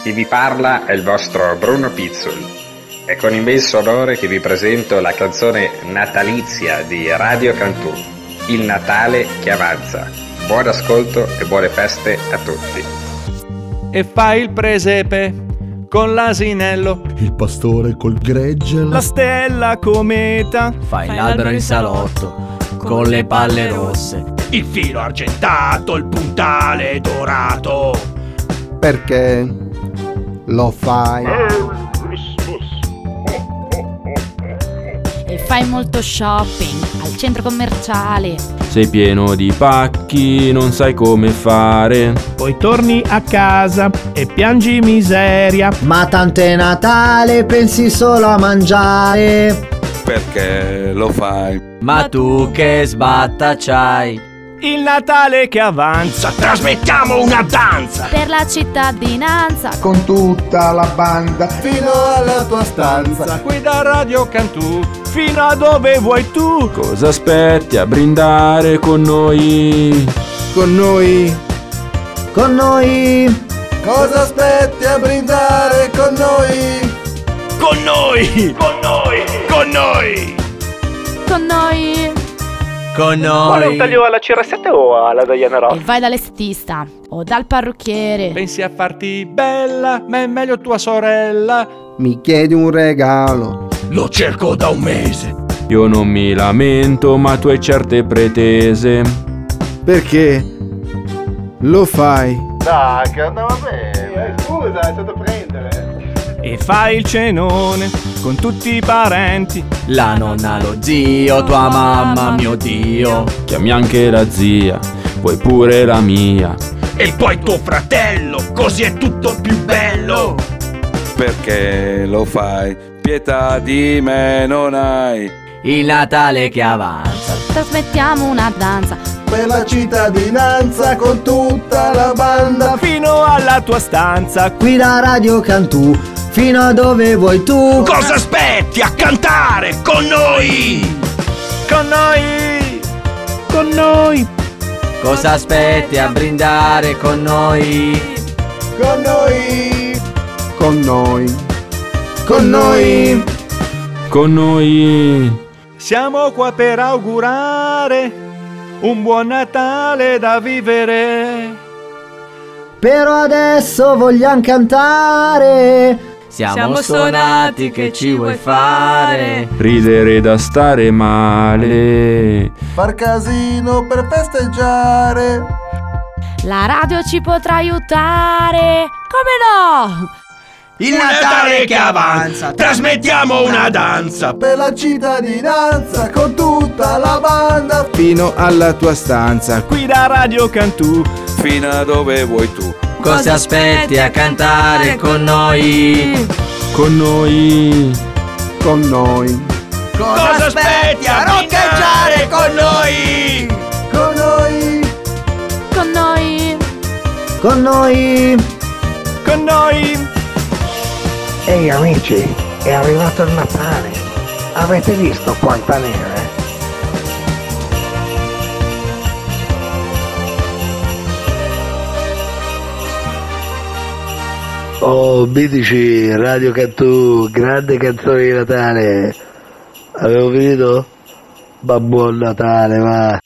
Chi vi parla è il vostro Bruno Pizzul. È con immenso onore che vi presento la canzone natalizia di Radio Cantù, Il Natale che avanza. Buon ascolto e buone feste a tutti. E fai il presepe con l'asinello, il pastore col gregge, la stella cometa, fai l'albero in salotto con le palle rosse, il filo argentato, il puntale dorato. Perché lo fai? E fai molto shopping al centro commerciale. Sei pieno di pacchi, non sai come fare. Poi torni a casa e piangi miseria. Ma tanto è Natale, pensi solo a mangiare. Perché lo fai? Ma tu che sbatta c'hai? Il Natale che avanza, trasmettiamo una danza per la cittadinanza con tutta la banda fino alla tua stanza. Qui da Radio Cantù fino a dove vuoi tu. Cosa aspetti a brindare con noi? Con noi? Con noi? Cosa aspetti a brindare con noi? Con noi! Con noi! Con noi! Con noi! Con noi! Vuole un taglio alla CR7 o alla Diana Ross? E vai dall'estetista o dal parrucchiere. Pensi a farti bella, ma è meglio tua sorella. Mi chiedi un regalo, lo cerco da un mese. Io non mi lamento, ma tu hai certe pretese. Perché lo fai? Dai, che andava bene. Scusa, è stato prendere. E fai il cenone con tutti i parenti, la nonna, lo zio, tua mamma, mio Dio. Chiami anche la zia, poi pure la mia. E poi tuo fratello, così è tutto più bello. Perché lo fai? Pietà di me non hai. Il Natale che avanza, trasmettiamo una danza per la cittadinanza con tutta la banda fino alla tua stanza. Qui da Radio Cantù fino a dove vuoi tu. Cosa aspetti a cantare con noi? Con noi! Con noi! Cosa aspetti a brindare con noi? Con noi! Con noi! Con noi! Con noi! Siamo qua per augurare un buon Natale da vivere. Però adesso vogliamo cantare. Siamo stonati, che ci vuoi fare? Ridere da stare male. Far casino per festeggiare. La radio ci potrà aiutare. Come no? Il Natale che avanza, trasmettiamo una danza per la cittadinanza con tutta la banda fino alla tua stanza. Qui da Radio Cantù fino a dove vuoi tu. Cosa aspetti a cantare con noi? Con noi! Con noi! Cosa aspetti a roccheggiare con noi? Con noi! Con noi! Con noi! Con noi! Ehi amici, è arrivato il Natale. Avete visto quanta neve? Oh, mitici, Radio Cantù, grande canzone di Natale. Avevo finito? Ma buon Natale, va.